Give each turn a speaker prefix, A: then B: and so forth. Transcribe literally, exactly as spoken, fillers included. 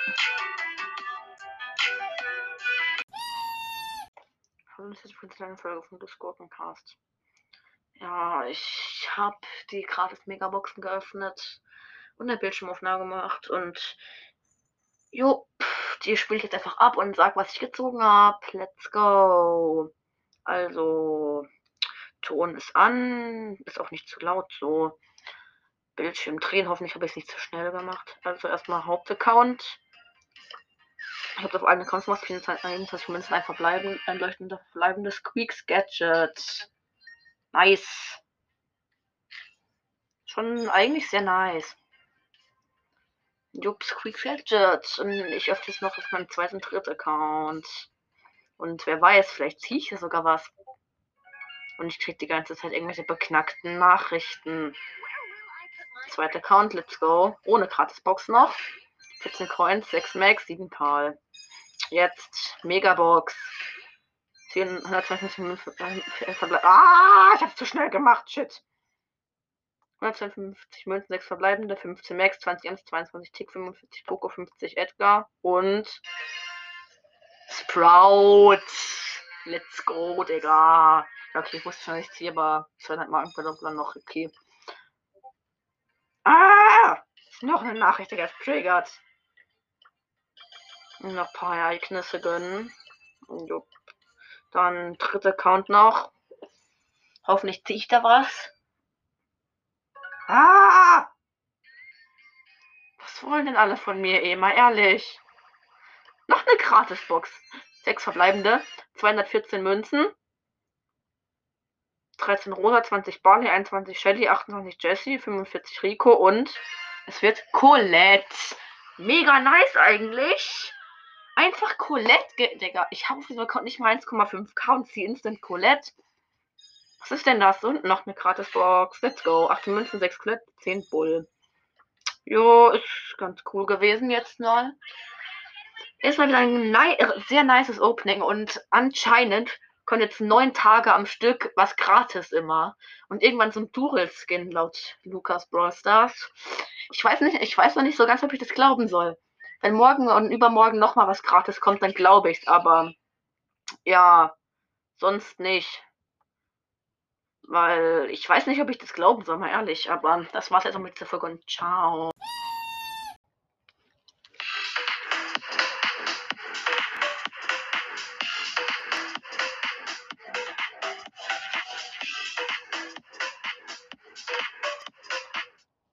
A: Hallo, das ist die kleine Folge von Dusk Gurkencast. Ja, ich habe die gratis Megaboxen geöffnet und eine Bildschirmaufnahme gemacht und jo, die spiele ich jetzt einfach ab und sag, was ich gezogen habe. Let's go. Also, Ton ist an, ist auch nicht zu laut, so. Bildschirm drehen, hoffentlich habe ich es nicht zu schnell gemacht. Also erstmal Hauptaccount. Ich habe auf allen Accounts gemacht, einundzwanzig Münzen, ein verbleiben, ein leuchtender verbleibendes Squeaks Gadget. Nice. Schon eigentlich sehr nice. Jups, Quick Gadget. Und ich öffne es noch auf meinem zweiten und dritten Account. Und wer weiß, vielleicht ziehe ich hier sogar was. Und ich kriege die ganze Zeit irgendwelche beknackten Nachrichten. Zweiter Account, let's go. Ohne Gratisbox noch. vierzehn Coins, sechs Max, sieben Karl. Jetzt Megabox. hundertzweiundfünfzig Verbleib. Ah, ich hab's zu schnell gemacht, shit. hundertzweiundfünfzig Münzen, sechs verbleibende, fünfzehn Max, zwanzig Ems, zweiundzwanzig Tick, fünfundvierzig Poco, fünfzig Edgar und Sprout. Let's go, Digga. Okay, ich wusste schon, ich ziehe, aber zweihundert Marken verdoppeln noch, okay. Ah! Noch eine Nachricht, Digga, es triggert. Noch ein paar Ereignisse gönnen. Jupp. Dann dritter Account noch. Hoffentlich ziehe ich da was. Ah! Was wollen denn alle von mir, eh? Mal ehrlich. Noch eine Gratisbox. sechs verbleibende. zweihundertvierzehn Münzen. dreizehn Rosa, zwanzig Barley, einundzwanzig Shelly, achtundzwanzig Jessie, fünfundvierzig Rico und es wird Colette. Mega nice eigentlich. Einfach Colette, Digga. Ich habe auf diesem Account nicht mal eins Komma fünf K und ziehe instant Colette. Was ist denn das? Und noch eine Gratisbox. Let's go. acht Münzen, sechs Colette, zehn Bull. Jo, ist ganz cool gewesen jetzt mal. Ist mal wieder ein ni sehr nices Opening und anscheinend kommt jetzt neun Tage am Stück was gratis immer. Und irgendwann so ein Dural-Skin laut Lukas Brawl Stars. Ich weiß nicht, ich weiß noch nicht so ganz, ob ich das glauben soll. Wenn morgen und übermorgen nochmal was gratis kommt, dann glaube ich's, aber ja, sonst nicht. Weil ich weiß nicht, ob ich das glauben soll, mal ehrlich. Aber das war's jetzt auch mit dieser Folge und ciao.